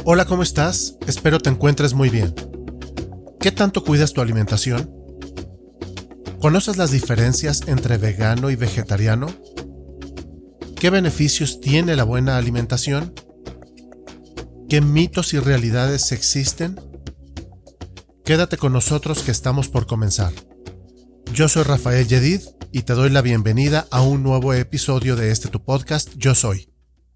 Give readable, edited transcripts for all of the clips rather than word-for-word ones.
Hola, ¿cómo estás? Espero te encuentres muy bien. ¿Qué tanto cuidas tu alimentación? ¿Conoces las diferencias entre vegano y vegetariano? ¿Qué beneficios tiene la buena alimentación? ¿Qué mitos y realidades existen? Quédate con nosotros que estamos por comenzar. Yo soy Rafael Yedid y te doy la bienvenida a un nuevo episodio de tu podcast Yo Soy.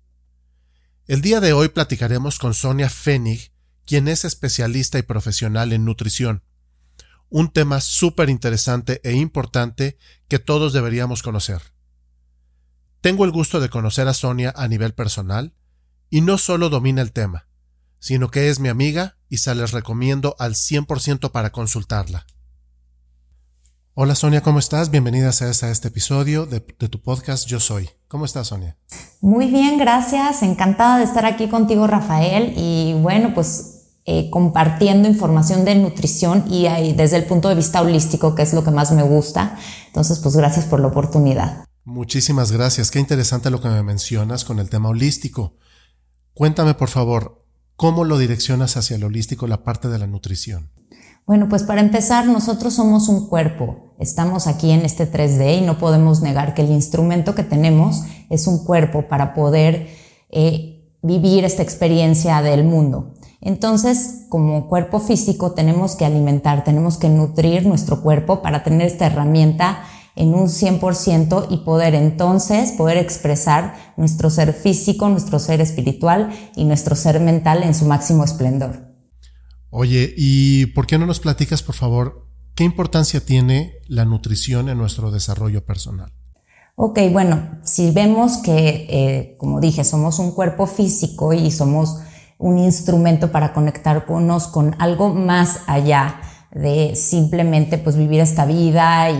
El día de hoy platicaremos con Sonia Pfennig, quien es especialista y profesional en nutrición. Un tema súper interesante e importante que todos deberíamos conocer. Tengo el gusto de conocer a Sonia a nivel personal y no solo domina el tema, sino que es mi amiga y se les recomiendo al 100% para consultarla. Hola Sonia, ¿cómo estás? Bienvenida seas a este episodio de tu podcast Yo Soy. ¿Cómo estás, Sonia? Muy bien, gracias. Encantada de estar aquí contigo, Rafael. Y bueno, pues compartiendo información de nutrición y desde el punto de vista holístico, que es lo que más me gusta. Entonces, pues gracias por la oportunidad. Muchísimas gracias. Qué interesante lo que me mencionas con el tema holístico. Cuéntame, por favor, ¿cómo lo direccionas hacia el holístico, la parte de la nutrición? Bueno, pues para empezar, nosotros somos un cuerpo. Estamos aquí en este 3D y no podemos negar que el instrumento que tenemos es un cuerpo para poder vivir esta experiencia del mundo. Entonces, como cuerpo físico tenemos que alimentar, tenemos que nutrir nuestro cuerpo para tener esta herramienta en un 100% y poder expresar nuestro ser físico, nuestro ser espiritual y nuestro ser mental en su máximo esplendor. Oye, ¿y por qué no nos platicas, por favor, qué importancia tiene la nutrición en nuestro desarrollo personal? Ok, bueno, si vemos que, como dije, somos un cuerpo físico y somos un instrumento para conectarnos con algo más allá de simplemente pues vivir esta vida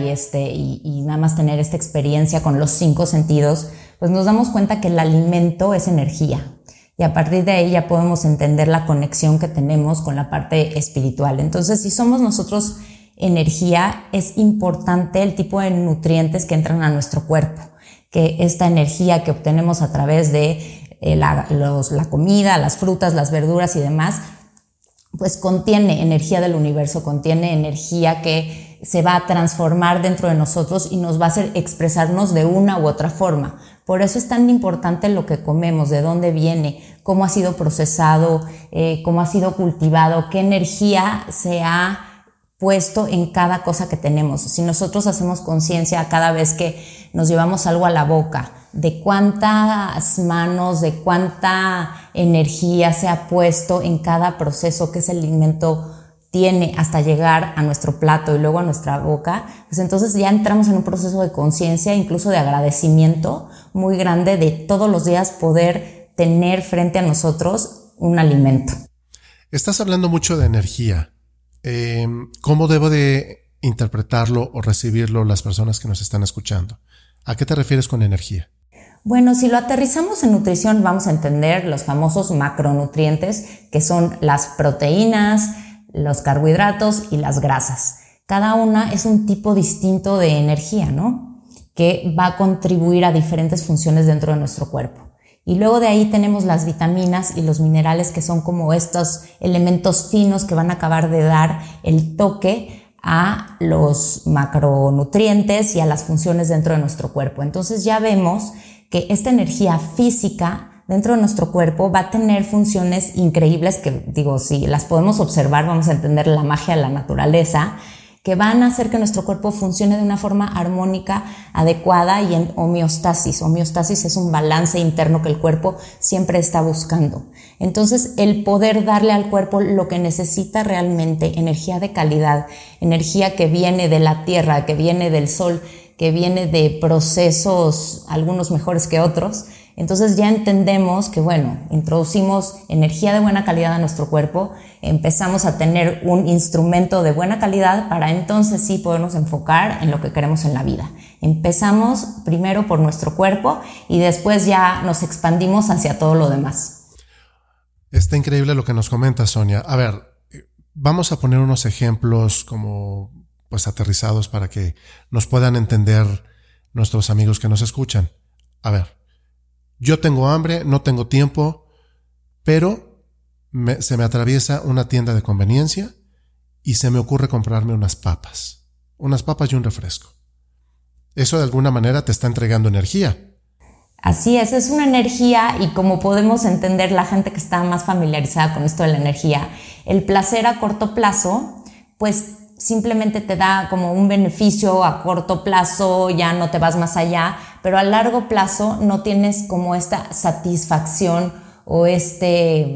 y nada más tener esta experiencia con los 5 sentidos, pues nos damos cuenta que el alimento es energía. Y a partir de ahí ya podemos entender la conexión que tenemos con la parte espiritual. Entonces, si somos nosotros energía, es importante el tipo de nutrientes que entran a nuestro cuerpo, que esta energía que obtenemos a través de la comida, las frutas, las verduras y demás, pues contiene energía del universo, contiene energía que se va a transformar dentro de nosotros y nos va a hacer expresarnos de una u otra forma. Por eso es tan importante lo que comemos, de dónde viene, cómo ha sido procesado, cómo ha sido cultivado, qué energía se ha puesto en cada cosa que tenemos. Si nosotros hacemos conciencia cada vez que nos llevamos algo a la boca, de cuántas manos, de cuánta energía se ha puesto en cada proceso que ese alimento tiene hasta llegar a nuestro plato y luego a nuestra boca, pues entonces ya entramos en un proceso de conciencia, incluso de agradecimiento muy grande de todos los días poder tener frente a nosotros un alimento. Estás hablando mucho de energía. ¿Cómo debo de interpretarlo o recibirlo las personas que nos están escuchando? ¿A qué te refieres con energía? Bueno, si lo aterrizamos en nutrición vamos a entender los famosos macronutrientes, que son las proteínas, los carbohidratos y las grasas. Cada una es un tipo distinto de energía, ¿no? Que va a contribuir a diferentes funciones dentro de nuestro cuerpo. Y luego de ahí tenemos las vitaminas y los minerales, que son como estos elementos finos que van a acabar de dar el toque a los macronutrientes y a las funciones dentro de nuestro cuerpo. Entonces ya vemos que esta energía física dentro de nuestro cuerpo va a tener funciones increíbles que, si las podemos observar, vamos a entender la magia de la naturaleza, que van a hacer que nuestro cuerpo funcione de una forma armónica, adecuada y en homeostasis. Homeostasis es un balance interno que el cuerpo siempre está buscando. Entonces, el poder darle al cuerpo lo que necesita realmente, energía de calidad, energía que viene de la tierra, que viene del sol, que viene de procesos, algunos mejores que otros. Entonces ya entendemos que, introducimos energía de buena calidad a nuestro cuerpo, empezamos a tener un instrumento de buena calidad para entonces sí podernos enfocar en lo que queremos en la vida. Empezamos primero por nuestro cuerpo y después ya nos expandimos hacia todo lo demás. Está increíble lo que nos comenta Sonia. A ver, vamos a poner unos ejemplos como aterrizados para que nos puedan entender nuestros amigos que nos escuchan. A ver, yo tengo hambre, no tengo tiempo, pero se me atraviesa una tienda de conveniencia y se me ocurre comprarme unas papas y un refresco. Eso de alguna manera te está entregando energía. Así es una energía, y como podemos entender la gente que está más familiarizada con esto de la energía, el placer a corto plazo, pues simplemente te da como un beneficio a corto plazo, ya no te vas más allá, pero a largo plazo no tienes como esta satisfacción o esta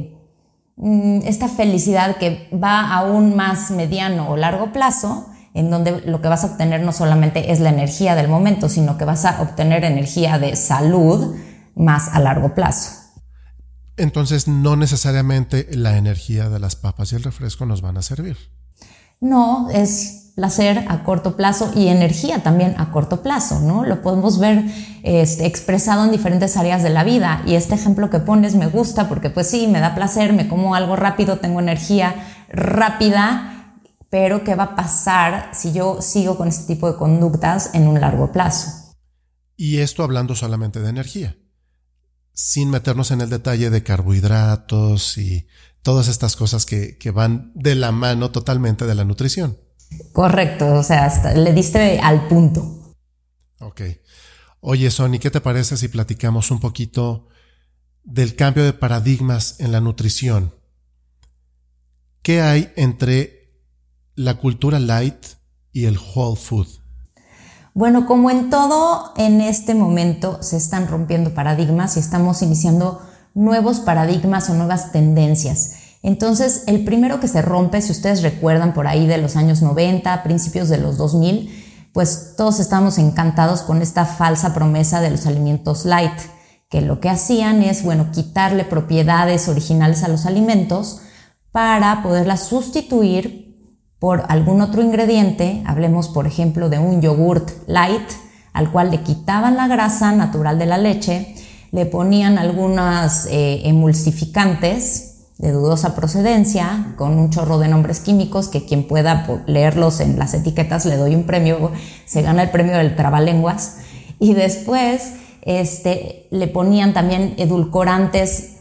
felicidad que va aún más mediano o largo plazo, en donde lo que vas a obtener no solamente es la energía del momento, sino que vas a obtener energía de salud más a largo plazo. Entonces, no necesariamente la energía de las papas y el refresco nos van a servir. No, es placer a corto plazo y energía también a corto plazo, ¿no? Lo podemos ver expresado en diferentes áreas de la vida, y este ejemplo que pones me gusta porque pues sí, me da placer, me como algo rápido, tengo energía rápida, pero ¿qué va a pasar si yo sigo con este tipo de conductas en un largo plazo? Y esto hablando solamente de energía, sin meternos en el detalle de carbohidratos y todas estas cosas que van de la mano totalmente de la nutrición. Correcto, o sea, hasta le diste al punto. Ok. Oye, Sony, ¿qué te parece si platicamos un poquito del cambio de paradigmas en la nutrición? ¿Qué hay entre la cultura light y el whole food? Bueno, como en todo, en este momento se están rompiendo paradigmas y estamos iniciando nuevos paradigmas o nuevas tendencias. Entonces, el primero que se rompe, si ustedes recuerdan por ahí de los años 90, principios de los 2000, pues todos estábamos encantados con esta falsa promesa de los alimentos light, que lo que hacían es, bueno, quitarle propiedades originales a los alimentos para poderlas sustituir por algún otro ingrediente. Hablemos, por ejemplo, de un yogurt light, al cual le quitaban la grasa natural de la leche, le ponían algunos emulsificantes de dudosa procedencia, con un chorro de nombres químicos que quien pueda leerlos en las etiquetas le doy un premio, se gana el premio del trabalenguas, y después le ponían también edulcorantes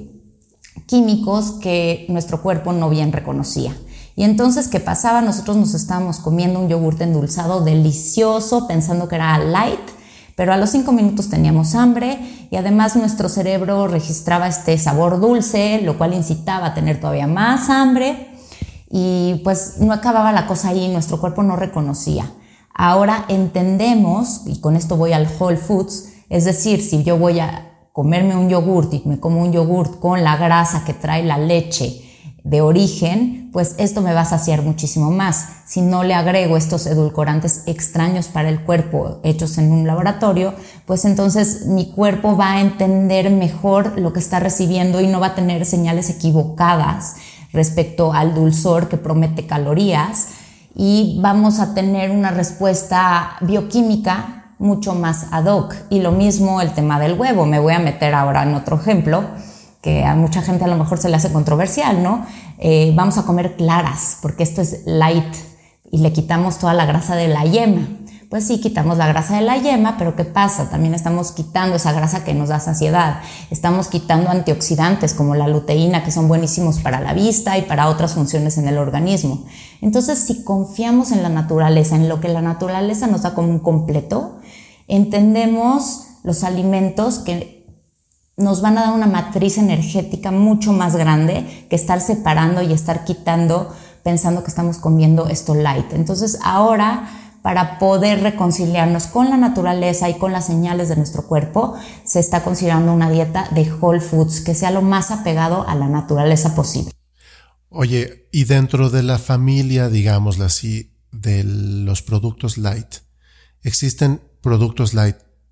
químicos que nuestro cuerpo no bien reconocía. Y entonces, ¿qué pasaba? Nosotros nos estábamos comiendo un yogurt endulzado delicioso, pensando que era light, pero a los 5 minutos teníamos hambre, y además nuestro cerebro registraba este sabor dulce, lo cual incitaba a tener todavía más hambre, y pues no acababa la cosa ahí, nuestro cuerpo no reconocía. Ahora entendemos, y con esto voy al Whole Foods, es decir, si yo voy a comerme un yogurt y me como un yogurt con la grasa que trae la leche de origen, pues esto me va a saciar muchísimo más. Si no le agrego estos edulcorantes extraños para el cuerpo hechos en un laboratorio, pues entonces mi cuerpo va a entender mejor lo que está recibiendo y no va a tener señales equivocadas respecto al dulzor que promete calorías, y vamos a tener una respuesta bioquímica mucho más ad hoc. Y lo mismo el tema del huevo. Me voy a meter ahora en otro ejemplo que a mucha gente a lo mejor se le hace controversial, ¿no? Vamos a comer claras porque esto es light y le quitamos toda la grasa de la yema. Pues sí, quitamos la grasa de la yema, pero ¿qué pasa? También estamos quitando esa grasa que nos da saciedad. Estamos quitando antioxidantes como la luteína, que son buenísimos para la vista y para otras funciones en el organismo. Entonces, si confiamos en la naturaleza, en lo que la naturaleza nos da como un completo, entendemos los alimentos que nos van a dar una matriz energética mucho más grande que estar separando y estar quitando pensando que estamos comiendo esto light. Entonces ahora, para poder reconciliarnos con la naturaleza y con las señales de nuestro cuerpo, se está considerando una dieta de whole foods que sea lo más apegado a la naturaleza posible. Oye, y dentro de la familia, digámoslo así, de los productos light, ¿existen productos light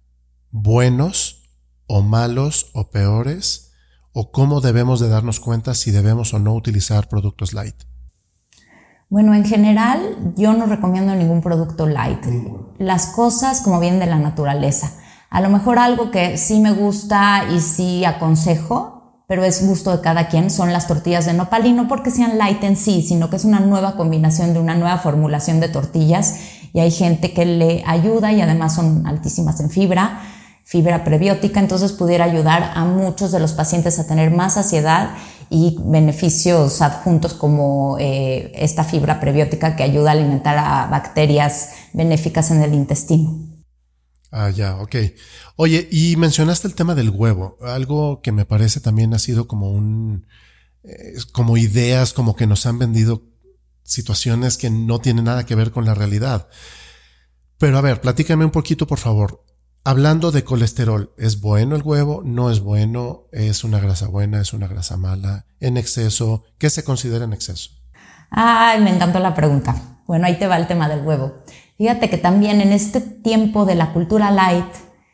buenos o malos o peores? ¿O cómo debemos de darnos cuenta si debemos o no utilizar productos light? Bueno, en general yo no recomiendo ningún producto light. Las cosas como vienen de la naturaleza. A lo mejor algo que sí me gusta y sí aconsejo, pero es gusto de cada quien, son las tortillas de nopal, y no porque sean light en sí, sino que es una nueva combinación de una nueva formulación de tortillas, y hay gente que le ayuda y además son altísimas en fibra prebiótica, entonces pudiera ayudar a muchos de los pacientes a tener más saciedad y beneficios adjuntos como esta fibra prebiótica que ayuda a alimentar a bacterias benéficas en el intestino. Ah, ya, ok. Oye, y mencionaste el tema del huevo, algo que me parece también ha sido como como ideas, como que nos han vendido situaciones que no tienen nada que ver con la realidad. Pero a ver, platícame un poquito, por favor. Hablando de colesterol, ¿es bueno el huevo? ¿No es bueno? ¿Es una grasa buena? ¿Es una grasa mala? ¿En exceso? ¿Qué se considera en exceso? Ay, me encantó la pregunta. Bueno, ahí te va el tema del huevo. Fíjate que también en este tiempo de la cultura light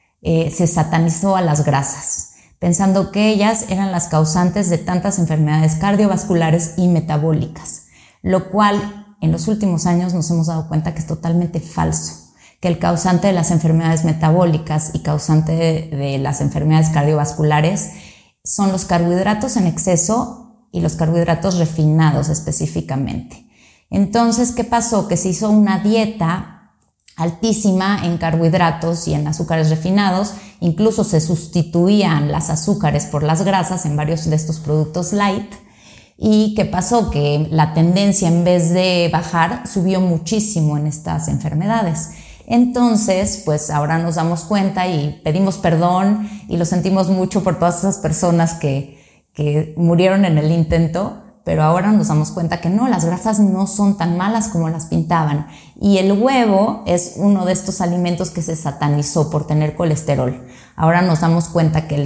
se satanizó a las grasas, pensando que ellas eran las causantes de tantas enfermedades cardiovasculares y metabólicas, lo cual en los últimos años nos hemos dado cuenta que es totalmente falso, que el causante de las enfermedades metabólicas y causante de las enfermedades cardiovasculares son los carbohidratos en exceso y los carbohidratos refinados específicamente. Entonces, ¿qué pasó? Que se hizo una dieta altísima en carbohidratos y en azúcares refinados, incluso se sustituían las azúcares por las grasas en varios de estos productos light. ¿Y qué pasó? Que la tendencia, en vez de bajar, subió muchísimo en estas enfermedades. Entonces, pues ahora nos damos cuenta y pedimos perdón y lo sentimos mucho por todas esas personas que murieron en el intento, pero ahora nos damos cuenta que no, las grasas no son tan malas como las pintaban. Y el huevo es uno de estos alimentos que se satanizó por tener colesterol. Ahora nos damos cuenta que el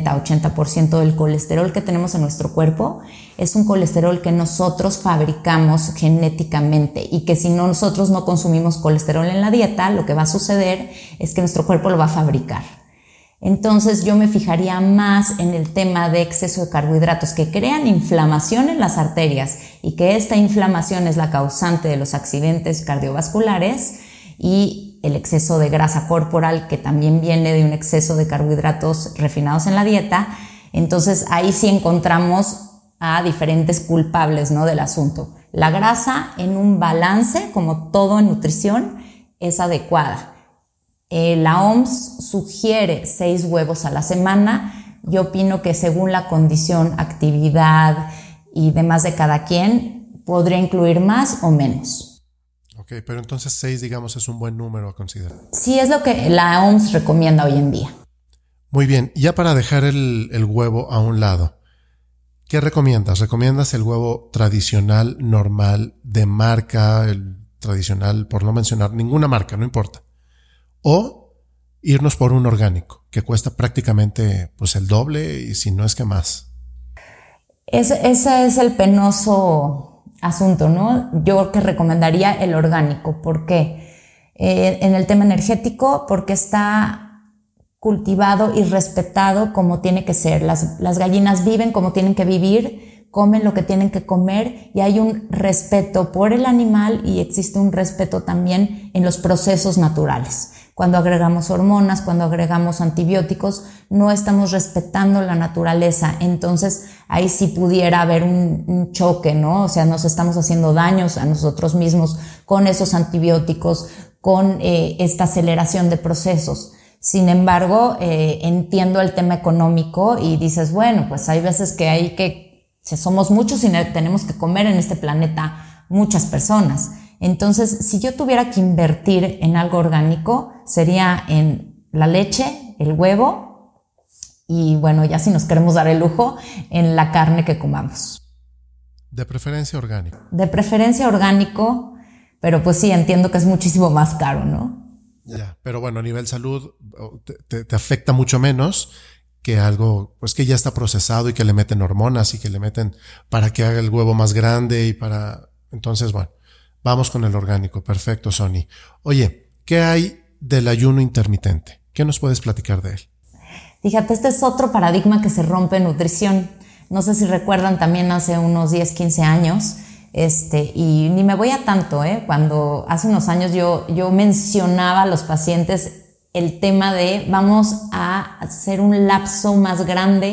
70-80% del colesterol que tenemos en nuestro cuerpo es un colesterol que nosotros fabricamos genéticamente y que si nosotros no consumimos colesterol en la dieta, lo que va a suceder es que nuestro cuerpo lo va a fabricar. Entonces yo me fijaría más en el tema de exceso de carbohidratos que crean inflamación en las arterias y que esta inflamación es la causante de los accidentes cardiovasculares, y el exceso de grasa corporal que también viene de un exceso de carbohidratos refinados en la dieta. Entonces ahí sí encontramos a diferentes culpables, ¿no?, del asunto. La grasa en un balance, como todo en nutrición, es adecuada. La OMS sugiere 6 huevos a la semana. Yo opino que según la condición, actividad y demás de cada quien, podría incluir más o menos. Ok, pero entonces 6, digamos, es un buen número a considerar. Sí, es lo que la OMS recomienda hoy en día. Muy bien, ya para dejar el huevo a un lado, ¿qué recomiendas? ¿Recomiendas el huevo tradicional, normal, de marca, el tradicional, por no mencionar ninguna marca, no importa? O irnos por un orgánico, que cuesta prácticamente pues el doble y si no es que más. Ese es el penoso asunto, ¿no? Yo que recomendaría el orgánico. ¿Por qué? En el tema energético, porque está cultivado y respetado como tiene que ser. Las gallinas viven como tienen que vivir, comen lo que tienen que comer y hay un respeto por el animal y existe un respeto también en los procesos naturales. Cuando agregamos hormonas, cuando agregamos antibióticos, no estamos respetando la naturaleza. Entonces, ahí sí pudiera haber un choque, ¿no? O sea, nos estamos haciendo daños a nosotros mismos con esos antibióticos, con esta aceleración de procesos. Sin embargo, entiendo el tema económico y dices, bueno, pues hay veces que somos muchos y tenemos que comer en este planeta muchas personas. Entonces, si yo tuviera que invertir en algo orgánico, sería en la leche, el huevo y, bueno, ya si nos queremos dar el lujo, en la carne que comamos. De preferencia orgánico. De preferencia orgánico, pero pues sí, entiendo que es muchísimo más caro, ¿no? Ya, pero bueno, a nivel salud te afecta mucho menos que algo pues que ya está procesado y que le meten hormonas y que le meten para que haga el huevo más grande y para... Entonces, bueno, vamos con el orgánico. Perfecto, Sony. Oye, ¿qué hay del ayuno intermitente? ¿Qué nos puedes platicar de él? Fíjate, este es otro paradigma que se rompe en nutrición. No sé si recuerdan también hace unos 10, 15 años, y ni me voy a tanto, cuando hace unos años yo mencionaba a los pacientes el tema de vamos a hacer un lapso más grande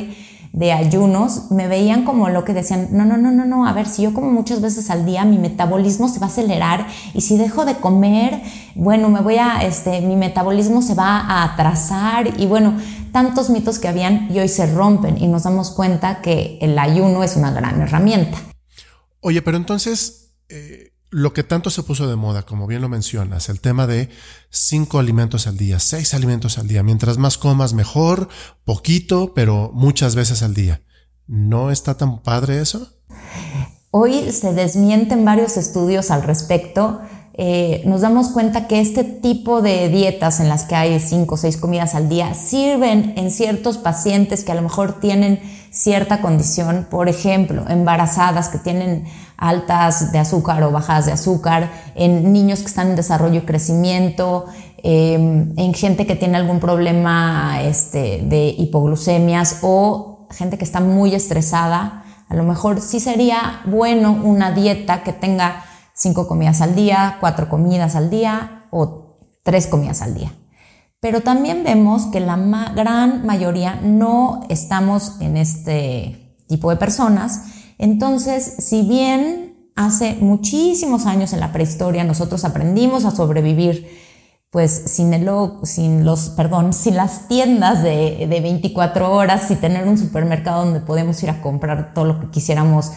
de ayunos, me veían como lo que decían, no, a ver, si yo como muchas veces al día, mi metabolismo se va a acelerar, y si dejo de comer, bueno, mi metabolismo se va a atrasar, y bueno, tantos mitos que habían y hoy se rompen y nos damos cuenta que el ayuno es una gran herramienta. Oye, pero entonces, lo que tanto se puso de moda, como bien lo mencionas, el tema de 5 alimentos al día, 6 alimentos al día, mientras más comas mejor, poquito, pero muchas veces al día. ¿No está tan padre eso? Hoy se desmienten varios estudios al respecto. Nos damos cuenta que este tipo de dietas en las que hay 5 o 6 comidas al día sirven en ciertos pacientes que a lo mejor tienen cierta condición, por ejemplo, embarazadas que tienen altas de azúcar o bajadas de azúcar, en niños que están en desarrollo y crecimiento, en gente que tiene algún problema de hipoglucemias o gente que está muy estresada. A lo mejor sí sería bueno una dieta que tenga 5 comidas al día, 4 comidas al día o 3 comidas al día. Pero también vemos que la gran mayoría no estamos en este tipo de personas. Entonces, si bien hace muchísimos años en la prehistoria nosotros aprendimos a sobrevivir pues sin las tiendas de 24 horas y tener un supermercado donde podemos ir a comprar todo lo que quisiéramos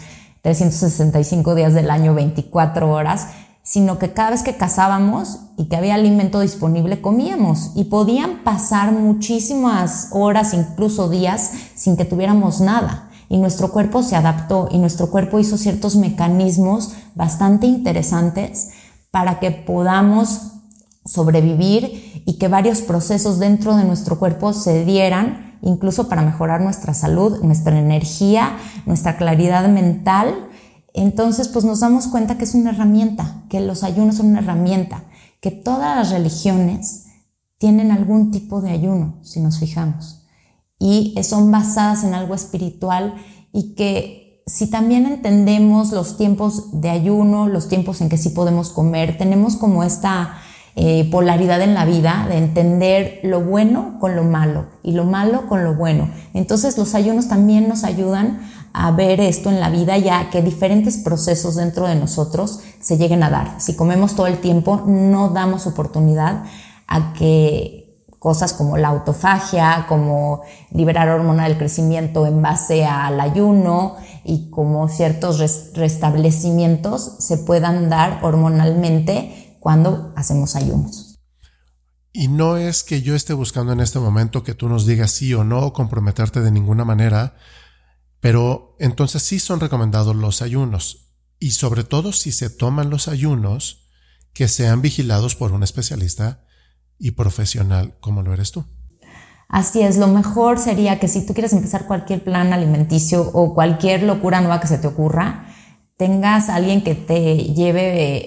365 días del año, 24 horas, sino que cada vez que cazábamos y que había alimento disponible, comíamos, y podían pasar muchísimas horas, incluso días, sin que tuviéramos nada. Y nuestro cuerpo se adaptó y nuestro cuerpo hizo ciertos mecanismos bastante interesantes para que podamos sobrevivir y que varios procesos dentro de nuestro cuerpo se dieran, incluso para mejorar nuestra salud, nuestra energía, nuestra claridad mental. Entonces, pues nos damos cuenta que es una herramienta, que los ayunos son una herramienta, que todas las religiones tienen algún tipo de ayuno, si nos fijamos, y son basadas en algo espiritual, y que si también entendemos los tiempos de ayuno, los tiempos en que sí podemos comer, tenemos como esta polaridad en la vida de entender lo bueno con lo malo y lo malo con lo bueno. Entonces los ayunos también nos ayudan a ver esto en la vida, ya que diferentes procesos dentro de nosotros se lleguen a dar. Si comemos todo el tiempo, no damos oportunidad a que cosas como la autofagia, como liberar hormona del crecimiento en base al ayuno y como ciertos restablecimientos se puedan dar hormonalmente cuando hacemos ayunos. Y no es que yo esté buscando en este momento que tú nos digas sí o no, o comprometerte de ninguna manera, pero entonces sí son recomendados los ayunos, y sobre todo si se toman los ayunos, que sean vigilados por un especialista y profesional como lo eres tú. Así es, lo mejor sería que si tú quieres empezar cualquier plan alimenticio o cualquier locura nueva que se te ocurra, tengas a alguien que te lleve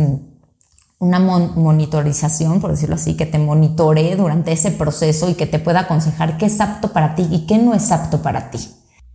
una monitorización, por decirlo así, que te monitoree durante ese proceso y que te pueda aconsejar qué es apto para ti y qué no es apto para ti.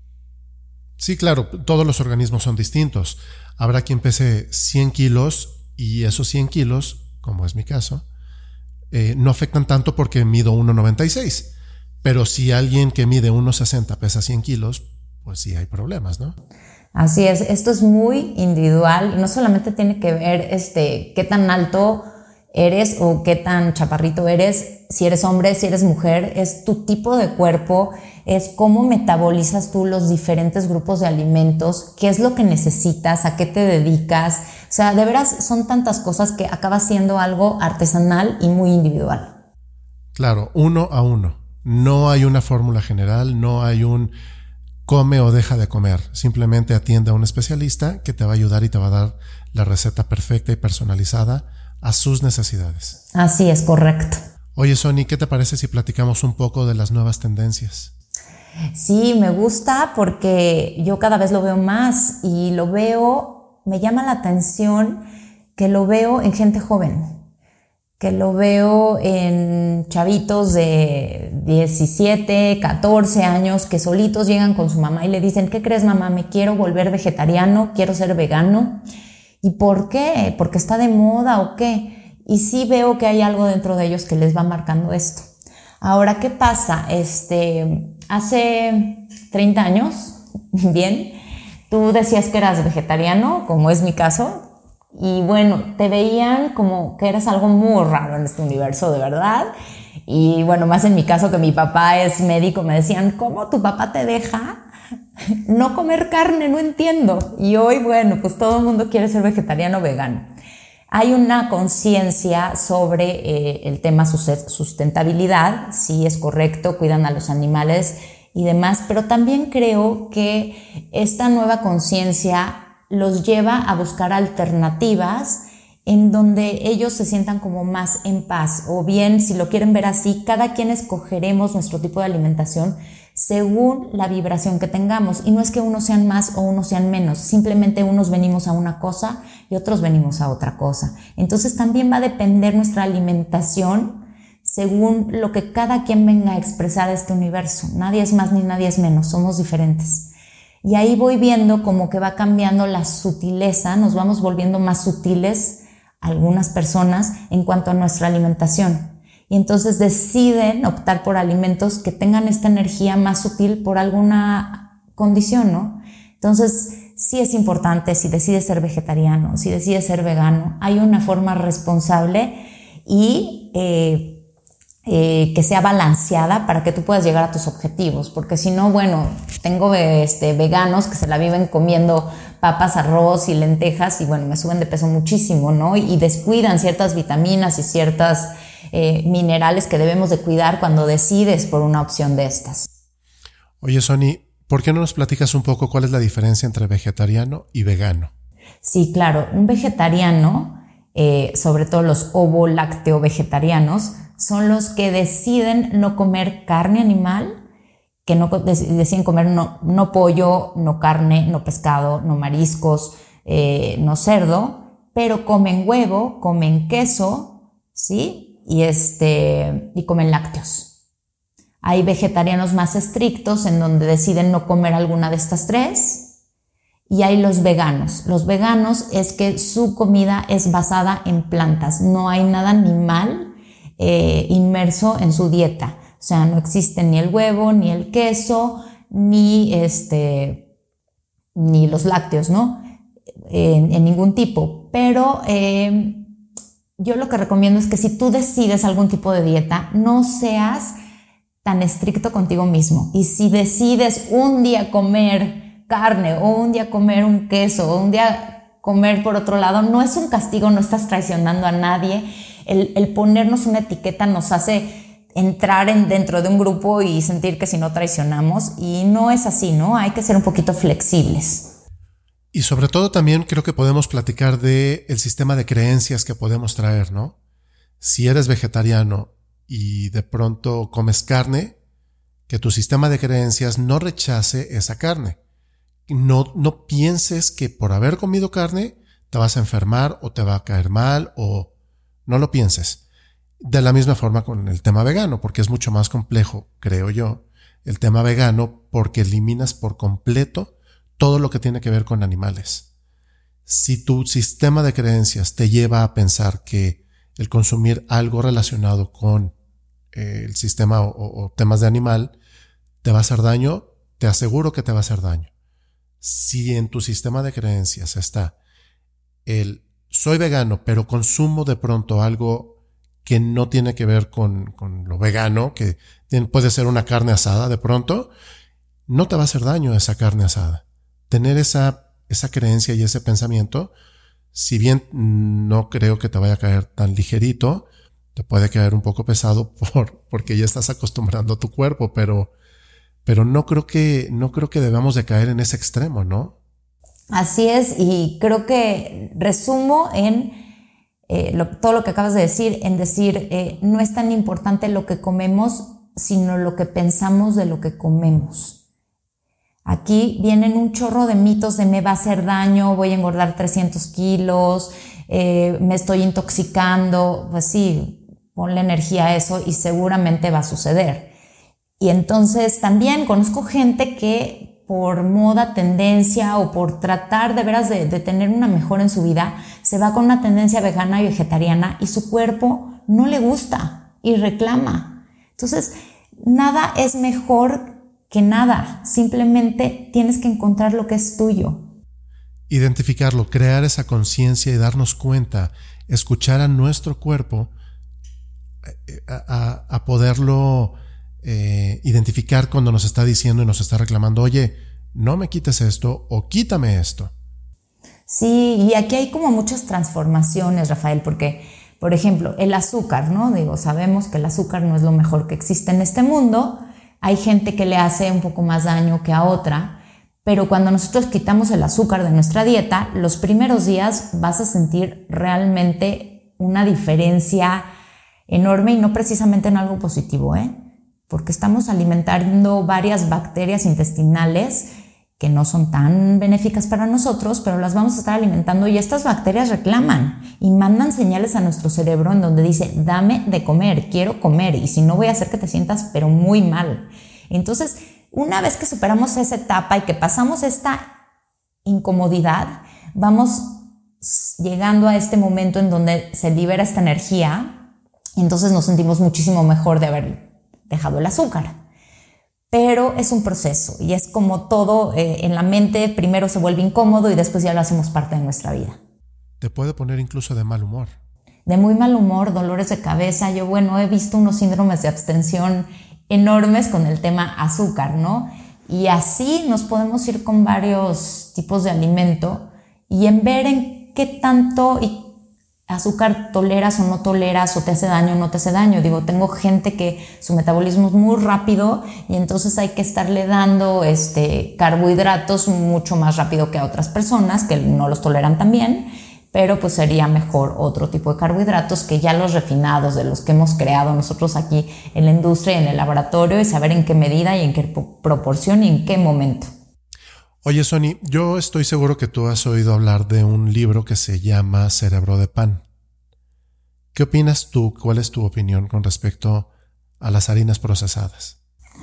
Sí, claro, todos los organismos son distintos. Habrá quien pese 100 kilos y esos 100 kilos, como es mi caso, no afectan tanto porque mido 1,96. Pero si alguien que mide 1,60 pesa 100 kilos, pues sí hay problemas, ¿no? Así es, esto es muy individual y no solamente tiene que ver qué tan alto eres o qué tan chaparrito eres, si eres hombre, si eres mujer, es tu tipo de cuerpo, es cómo metabolizas tú los diferentes grupos de alimentos, qué es lo que necesitas, a qué te dedicas. O sea, de veras son tantas cosas que acaba siendo algo artesanal y muy individual. Claro, 1 a 1. No hay una fórmula general, no hay un come o deja de comer. Simplemente atiende a un especialista que te va a ayudar y te va a dar la receta perfecta y personalizada a sus necesidades. Así es, correcto. Oye, Sony, ¿qué te parece si platicamos un poco de las nuevas tendencias? Sí, me gusta porque yo cada vez lo veo más y me llama la atención que lo veo en gente joven, que lo veo en chavitos de 17, 14 años que solitos llegan con su mamá y le dicen, ¿qué crees, mamá? Me quiero volver vegetariano, quiero ser vegano. ¿Y por qué? ¿Porque está de moda o qué? Y sí veo que hay algo dentro de ellos que les va marcando esto. Ahora, ¿qué pasa? hace 30 años, bien, tú decías que eras vegetariano, como es mi caso, y bueno, te veían como que eras algo muy raro en este universo, de verdad. Y bueno, más en mi caso, que mi papá es médico, me decían, ¿cómo tu papá te deja no comer carne? No entiendo. Y hoy, bueno, pues todo el mundo quiere ser vegetariano o vegano. Hay una conciencia sobre el tema sustentabilidad, sí es correcto, cuidan a los animales y demás, pero también creo que esta nueva conciencia los lleva a buscar alternativas en donde ellos se sientan como más en paz, o bien, si lo quieren ver así, cada quien escogeremos nuestro tipo de alimentación según la vibración que tengamos, y no es que unos sean más o unos sean menos, simplemente unos venimos a una cosa y otros venimos a otra cosa. Entonces también va a depender nuestra alimentación según lo que cada quien venga a expresar de este universo. Nadie es más ni nadie es menos, somos diferentes. Y ahí voy viendo como que va cambiando la sutileza, nos vamos volviendo más sutiles algunas personas en cuanto a nuestra alimentación. Y entonces deciden optar por alimentos que tengan esta energía más sutil por alguna condición, ¿no? Entonces, sí es importante, si decides ser vegetariano, si decides ser vegano, hay una forma responsable y que sea balanceada para que tú puedas llegar a tus objetivos, porque si no, bueno, tengo veganos que se la viven comiendo papas, arroz y lentejas y bueno, me suben de peso muchísimo, ¿no? Y descuidan ciertas vitaminas y ciertas minerales que debemos de cuidar cuando decides por una opción de estas. Oye, Sony, ¿por qué no nos platicas un poco cuál es la diferencia entre vegetariano y vegano? Sí, claro, un vegetariano, sobre todo los ovo-lácteo-vegetarianos, son los que deciden no comer carne animal, que no deciden comer no pollo, no carne, no pescado, no mariscos, no cerdo, pero comen huevo, comen queso, ¿sí? Y comen lácteos. Hay vegetarianos más estrictos en donde deciden no comer alguna de estas tres, y hay los veganos. Los veganos es que su comida es basada en plantas, no hay nada animal inmerso en su dieta, o sea, no existe ni el huevo, ni el queso, ni los lácteos, ¿no? En ningún tipo, pero yo lo que recomiendo es que si tú decides algún tipo de dieta, no seas tan estricto contigo mismo, y si decides un día comer carne o un día comer un queso o un día comer por otro lado, no es un castigo, no estás traicionando a nadie. El ponernos una etiqueta nos hace entrar dentro de un grupo y sentir que si no traicionamos, y no es así, ¿no? Hay que ser un poquito flexibles. Y sobre todo también creo que podemos platicar de el sistema de creencias que podemos traer, ¿no? Si eres vegetariano y de pronto comes carne, que tu sistema de creencias no rechace esa carne. No pienses que por haber comido carne te vas a enfermar o te va a caer mal, o no lo pienses. De la misma forma con el tema vegano, porque es mucho más complejo, creo yo, el tema vegano, porque eliminas por completo todo lo que tiene que ver con animales. Si tu sistema de creencias te lleva a pensar que el consumir algo relacionado con el sistema o temas de animal te va a hacer daño, te aseguro que te va a hacer daño. Si en tu sistema de creencias está el soy vegano, pero consumo de pronto algo que no tiene que ver con lo vegano, que puede ser una carne asada de pronto, no te va a hacer daño esa carne asada. Tener esa creencia y ese pensamiento, si bien no creo que te vaya a caer tan ligerito, te puede caer un poco pesado porque ya estás acostumbrando a tu cuerpo, pero no creo que debamos de caer en ese extremo, ¿no? Así es, y creo que resumo en todo lo que acabas de decir, en decir, no es tan importante lo que comemos, sino lo que pensamos de lo que comemos. Aquí vienen un chorro de mitos de me va a hacer daño, voy a engordar 300 kilos, me estoy intoxicando. Pues sí, ponle energía a eso y seguramente va a suceder. Y entonces también conozco gente que por moda, tendencia o por tratar de veras de tener una mejora en su vida, se va con una tendencia vegana y vegetariana y su cuerpo no le gusta y reclama. Entonces, nada es mejor que nada, simplemente tienes que encontrar lo que es tuyo. Identificarlo, crear esa conciencia y darnos cuenta, escuchar a nuestro cuerpo, a poderlo identificar cuando nos está diciendo y nos está reclamando, oye, no me quites esto o quítame esto. Sí, y aquí hay como muchas transformaciones, Rafael, porque, por ejemplo, el azúcar, ¿no? Digo, sabemos que el azúcar no es lo mejor que existe en este mundo. Hay gente que le hace un poco más daño que a otra, pero cuando nosotros quitamos el azúcar de nuestra dieta, los primeros días vas a sentir realmente una diferencia enorme y no precisamente en algo positivo, porque estamos alimentando varias bacterias intestinales que no son tan benéficas para nosotros, pero las vamos a estar alimentando y estas bacterias reclaman y mandan señales a nuestro cerebro en donde dice, dame de comer, quiero comer, y si no voy a hacer que te sientas pero muy mal. Entonces, una vez que superamos esa etapa y que pasamos esta incomodidad, vamos llegando a este momento en donde se libera esta energía y entonces nos sentimos muchísimo mejor de haber dejado el azúcar. Pero es un proceso y es como todo en la mente, primero se vuelve incómodo y después ya lo hacemos parte de nuestra vida. Te puede poner incluso de mal humor. De muy mal humor, dolores de cabeza. Yo, he visto unos síndromes de abstención enormes con el tema azúcar, ¿no? Y así nos podemos ir con varios tipos de alimento y en ver en qué tanto azúcar toleras o no toleras, o te hace daño o no te hace daño. Digo, tengo gente que su metabolismo es muy rápido y entonces hay que estarle dando carbohidratos mucho más rápido que a otras personas que no los toleran tan bien, pero pues sería mejor otro tipo de carbohidratos que ya los refinados, de los que hemos creado nosotros aquí en la industria y en el laboratorio, y saber en qué medida y en qué proporción y en qué momento. Oye, Sony, yo estoy seguro que tú has oído hablar de un libro que se llama Cerebro de Pan. ¿Qué opinas tú? ¿Cuál es tu opinión con respecto a las harinas procesadas?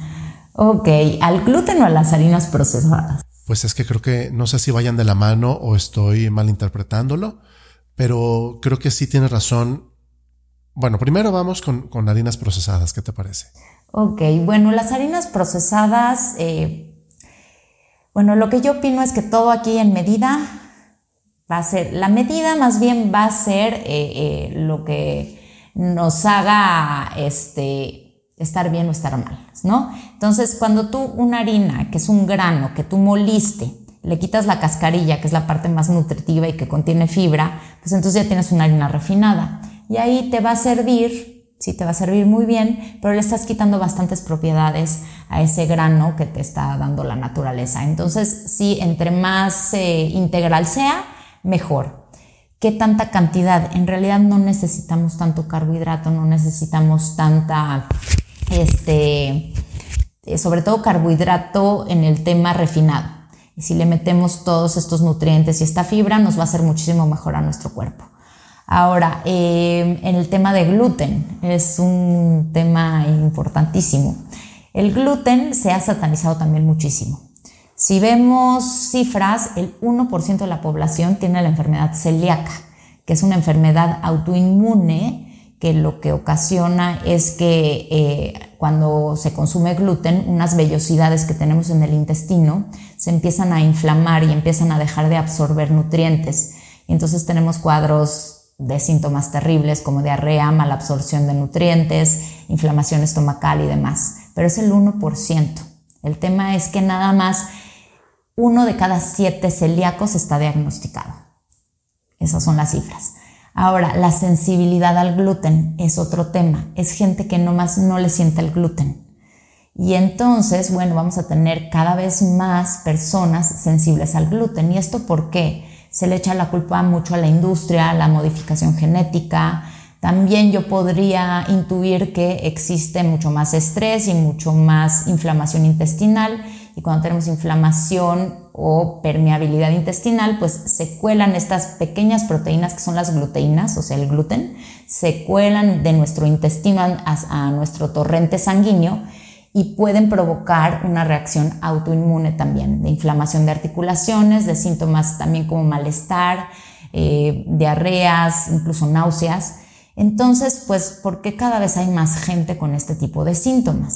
Ok, ¿al gluten o a las harinas procesadas? Pues es que creo que no sé si vayan de la mano o estoy malinterpretándolo, pero creo que sí tienes razón. Bueno, primero vamos con harinas procesadas, ¿qué te parece? Ok, bueno, las harinas procesadas... lo que yo opino es que todo aquí en medida va a ser, la medida más bien va a ser lo que nos haga estar bien o estar mal, ¿no? Entonces, cuando tú una harina, que es un grano que tú moliste, le quitas la cascarilla, que es la parte más nutritiva y que contiene fibra, pues entonces ya tienes una harina refinada. Y ahí te va a servir, sí te va a servir muy bien, pero le estás quitando bastantes propiedades a ese grano que te está dando la naturaleza. Entonces, sí, entre más integral sea, mejor. ¿Qué tanta cantidad? En realidad no necesitamos tanto carbohidrato, no necesitamos tanta, sobre todo carbohidrato en el tema refinado. Y si le metemos todos estos nutrientes y esta fibra, nos va a hacer muchísimo mejor a nuestro cuerpo. Ahora, en el tema de gluten, es un tema importantísimo. El gluten se ha satanizado también muchísimo. Si vemos cifras, el 1% de la población tiene la enfermedad celíaca, que es una enfermedad autoinmune que lo que ocasiona es que cuando se consume gluten, unas vellosidades que tenemos en el intestino se empiezan a inflamar y empiezan a dejar de absorber nutrientes. Entonces tenemos cuadros de síntomas terribles como diarrea, mala absorción de nutrientes, inflamación estomacal y demás. Pero es el 1%. El tema es que nada más 1 de cada 7 celíacos está diagnosticado. Esas son las cifras. Ahora, la sensibilidad al gluten es otro tema. Es gente que nomás no le siente el gluten. Y entonces, vamos a tener cada vez más personas sensibles al gluten. ¿Y esto por qué? Se le echa la culpa mucho a la industria, a la modificación genética. También yo podría intuir que existe mucho más estrés y mucho más inflamación intestinal. Y cuando tenemos inflamación o permeabilidad intestinal, pues se cuelan estas pequeñas proteínas que son las gluteínas, o sea, el gluten, se cuelan de nuestro intestino a nuestro torrente sanguíneo y pueden provocar una reacción autoinmune también, de inflamación de articulaciones, de síntomas también como malestar, diarreas, incluso náuseas. Entonces, pues, ¿por qué cada vez hay más gente con este tipo de síntomas?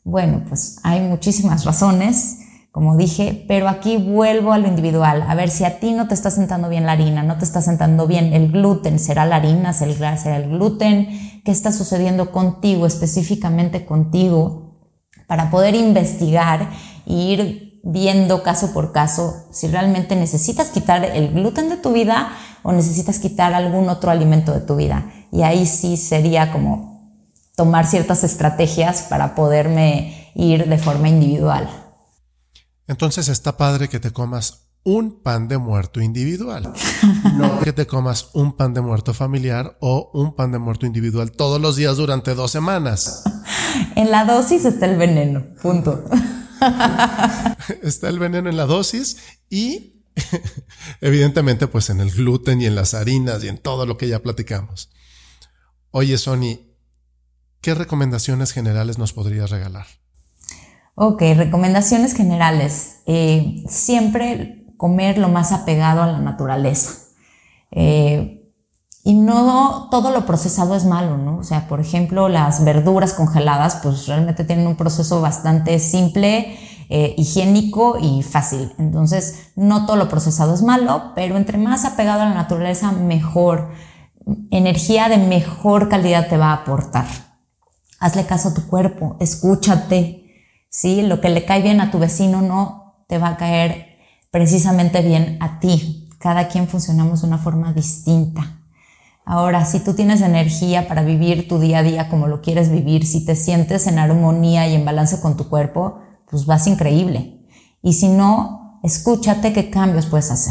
Bueno, pues hay muchísimas razones, como dije, pero aquí vuelvo a lo individual. A ver, si a ti no te está sentando bien la harina, no te está sentando bien el gluten, ¿será la harina, será el gluten? ¿Qué está sucediendo contigo, específicamente contigo? Para poder investigar e ir viendo caso por caso si realmente necesitas quitar el gluten de tu vida o necesitas quitar algún otro alimento de tu vida. Y ahí sí sería como tomar ciertas estrategias para poderme ir de forma individual. Entonces está padre que te comas un pan de muerto individual, no que te comas un pan de muerto familiar o un pan de muerto individual todos los días durante 2 semanas. En la dosis está el veneno, punto. Está el veneno en la dosis y evidentemente pues en el gluten y en las harinas y en todo lo que ya platicamos. Oye, Sony, ¿qué recomendaciones generales nos podrías regalar? Ok, recomendaciones generales. Siempre comer lo más apegado a la naturaleza. Y no todo lo procesado es malo, ¿no? O sea, por ejemplo, las verduras congeladas, pues realmente tienen un proceso bastante simple, higiénico y fácil. Entonces, no todo lo procesado es malo, pero entre más apegado a la naturaleza, mejor. Energía de mejor calidad te va a aportar. Hazle caso a tu cuerpo, escúchate. ¿Sí? Lo que le cae bien a tu vecino no te va a caer precisamente bien a ti. Cada quien funcionamos de una forma distinta. Ahora, si tú tienes energía para vivir tu día a día como lo quieres vivir, si te sientes en armonía y en balance con tu cuerpo, pues vas increíble. Y si no, escúchate qué cambios puedes hacer.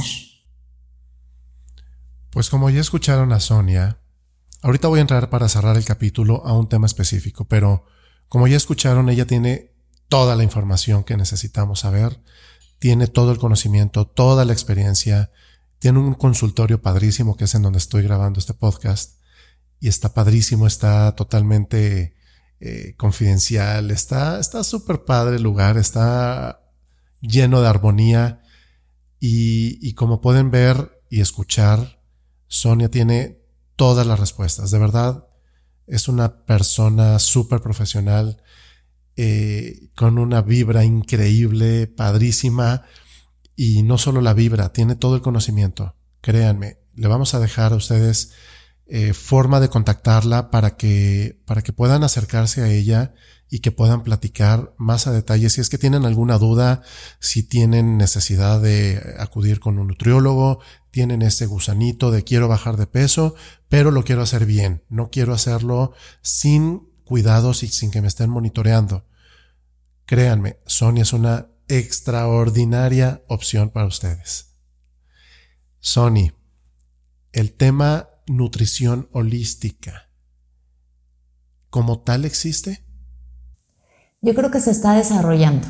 Pues como ya escucharon a Sonia, ahorita voy a entrar para cerrar el capítulo a un tema específico, pero como ya escucharon, ella tiene toda la información que necesitamos saber, tiene todo el conocimiento, toda la experiencia, tiene un consultorio padrísimo que es en donde estoy grabando este podcast y está padrísimo, está totalmente confidencial, está súper padre el lugar, está lleno de armonía y como pueden ver y escuchar, Sonia tiene todas las respuestas, de verdad es una persona súper profesional, con una vibra increíble, padrísima, y no solo la vibra, tiene todo el conocimiento. Créanme, le vamos a dejar a ustedes forma de contactarla para que puedan acercarse a ella y que puedan platicar más a detalle si es que tienen alguna duda, si tienen necesidad de acudir con un nutriólogo, tienen ese gusanito de quiero bajar de peso, pero lo quiero hacer bien, no quiero hacerlo sin cuidados y sin que me estén monitoreando. Créanme, Sonia es una extraordinaria opción para ustedes. Sony, el tema nutrición holística, ¿como tal existe? Yo creo que se está desarrollando.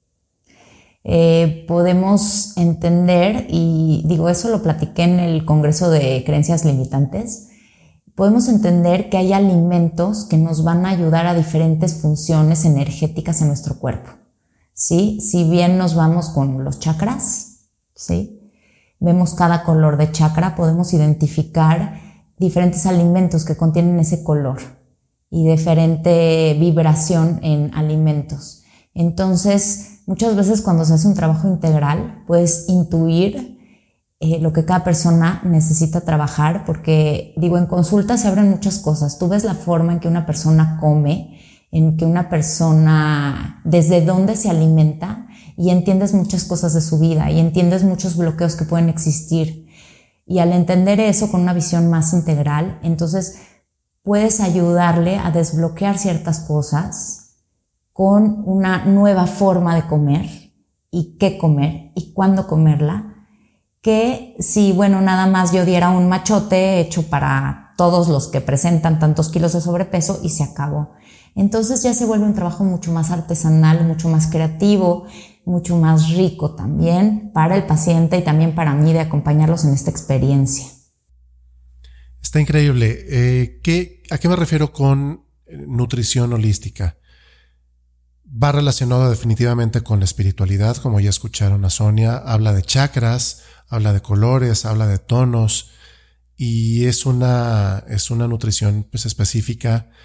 Podemos entender, y digo, eso lo platiqué en el Congreso de Creencias Limitantes, podemos entender que hay alimentos que nos van a ayudar a diferentes funciones energéticas en nuestro cuerpo, ¿sí? Si bien nos vamos con los chakras, ¿sí? Vemos cada color de chakra, podemos identificar diferentes alimentos que contienen ese color y diferente vibración en alimentos. Entonces, muchas veces cuando se hace un trabajo integral, puedes intuir lo que cada persona necesita trabajar, porque digo, en consulta se abren muchas cosas. Tú ves la forma en que una persona come, en que una persona desde dónde se alimenta y entiendes muchas cosas de su vida y entiendes muchos bloqueos que pueden existir. Y al entender eso con una visión más integral, entonces puedes ayudarle a desbloquear ciertas cosas con una nueva forma de comer y qué comer y cuándo comerla, que si, bueno, nada más yo diera un machote hecho para todos los que presentan tantos kilos de sobrepeso y se acabó. Entonces ya se vuelve un trabajo mucho más artesanal, mucho más creativo, mucho más rico también para el paciente y también para mí de acompañarlos en esta experiencia. Está increíble. ¿A qué me refiero con nutrición holística? Va relacionado definitivamente con la espiritualidad, como ya escucharon a Sonia, habla de chakras, habla de colores, habla de tonos y es una nutrición pues específica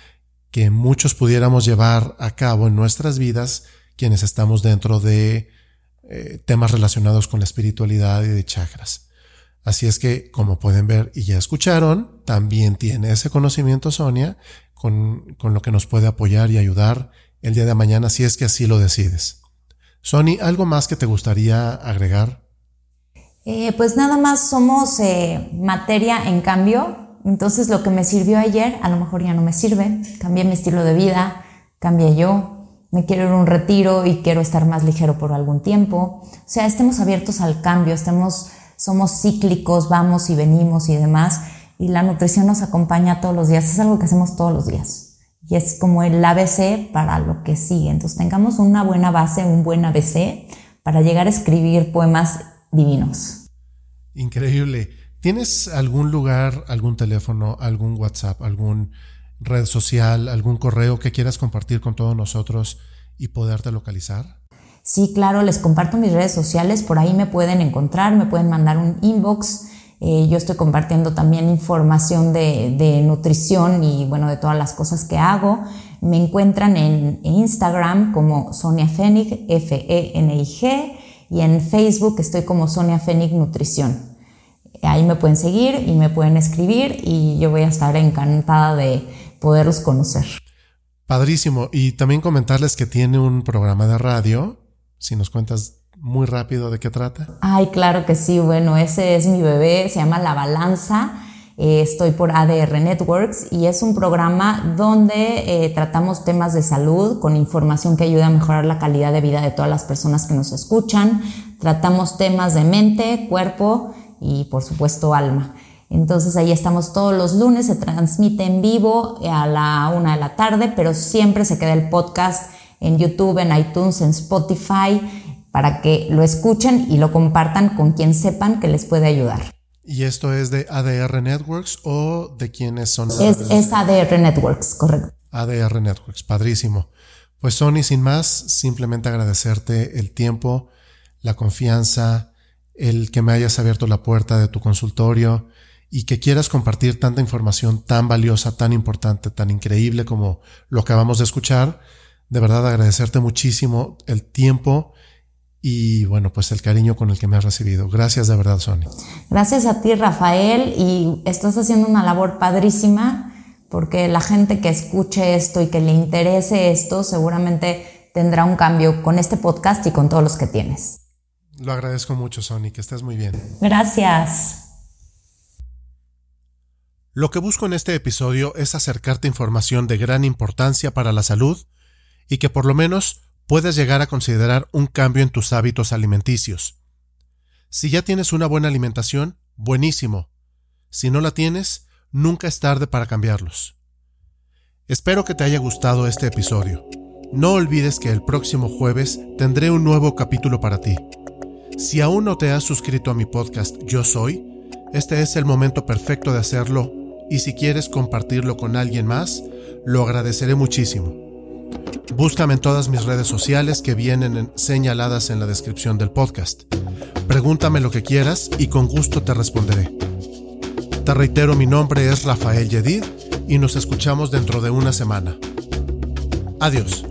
que muchos pudiéramos llevar a cabo en nuestras vidas quienes estamos dentro de temas relacionados con la espiritualidad y de chakras. Así es que, como pueden ver y ya escucharon, también tiene ese conocimiento Sonia con lo que nos puede apoyar y ayudar el día de mañana si es que así lo decides. Sony, ¿algo más que te gustaría agregar? Pues nada más somos materia en cambio, entonces lo que me sirvió ayer a lo mejor ya no me sirve, cambié mi estilo de vida, cambié yo, me quiero ir a un retiro y quiero estar más ligero por algún tiempo, o sea, estemos abiertos al cambio, somos cíclicos, vamos y venimos y demás, y la nutrición nos acompaña todos los días, es algo que hacemos todos los días, y es como el ABC para lo que sigue, entonces tengamos una buena base, un buen ABC para llegar a escribir poemas divinos. Increíble. ¿Tienes algún lugar, algún teléfono, algún WhatsApp, algún red social, algún correo que quieras compartir con todos nosotros y poderte localizar? Sí, claro, les comparto mis redes sociales, por ahí me pueden encontrar, me pueden mandar un inbox. Yo estoy compartiendo también información de nutrición y bueno, de todas las cosas que hago. Me encuentran en Instagram como Sonia Fenig, Fenig, y en Facebook estoy como Sonia Fenig Nutrición. Ahí me pueden seguir y me pueden escribir y yo voy a estar encantada de poderlos conocer. Padrísimo. Y también comentarles que tiene un programa de radio. Si nos cuentas muy rápido de qué trata. Ay, claro que sí. Bueno, ese es mi bebé, se llama La Balanza. Estoy por ADR Networks y es un programa donde tratamos temas de salud con información que ayuda a mejorar la calidad de vida de todas las personas que nos escuchan. Tratamos temas de mente, cuerpo y por supuesto alma. Entonces ahí estamos todos los lunes, se transmite en vivo a la 1 de la tarde, pero siempre se queda el podcast en YouTube, en iTunes, en Spotify, para que lo escuchen y lo compartan con quien sepan que les puede ayudar. ¿Y esto es de ADR Networks o de quiénes son? Es ADR Networks, correcto. ADR Networks, padrísimo. Pues Sony, sin más, simplemente agradecerte el tiempo, la confianza, el que me hayas abierto la puerta de tu consultorio y que quieras compartir tanta información tan valiosa, tan importante, tan increíble como lo acabamos de escuchar. De verdad agradecerte muchísimo el tiempo y bueno, pues el cariño con el que me has recibido. Gracias de verdad, Sonia. Gracias a ti, Rafael, y estás haciendo una labor padrísima porque la gente que escuche esto y que le interese esto seguramente tendrá un cambio con este podcast y con todos los que tienes. Lo agradezco mucho, Sonia, que estés muy bien. Gracias. Lo que busco en este episodio es acercarte información de gran importancia para la salud y que por lo menos puedes llegar a considerar un cambio en tus hábitos alimenticios. Si ya tienes una buena alimentación, buenísimo. Si no la tienes, nunca es tarde para cambiarlos. Espero que te haya gustado este episodio. No olvides que el próximo jueves tendré un nuevo capítulo para ti. Si aún no te has suscrito a mi podcast Yo Soy, este es el momento perfecto de hacerlo y si quieres compartirlo con alguien más, lo agradeceré muchísimo. Búscame en todas mis redes sociales que vienen señaladas en la descripción del podcast. Pregúntame lo que quieras y con gusto te responderé. Te reitero, mi nombre es Rafael Yedid y nos escuchamos dentro de una semana. Adiós.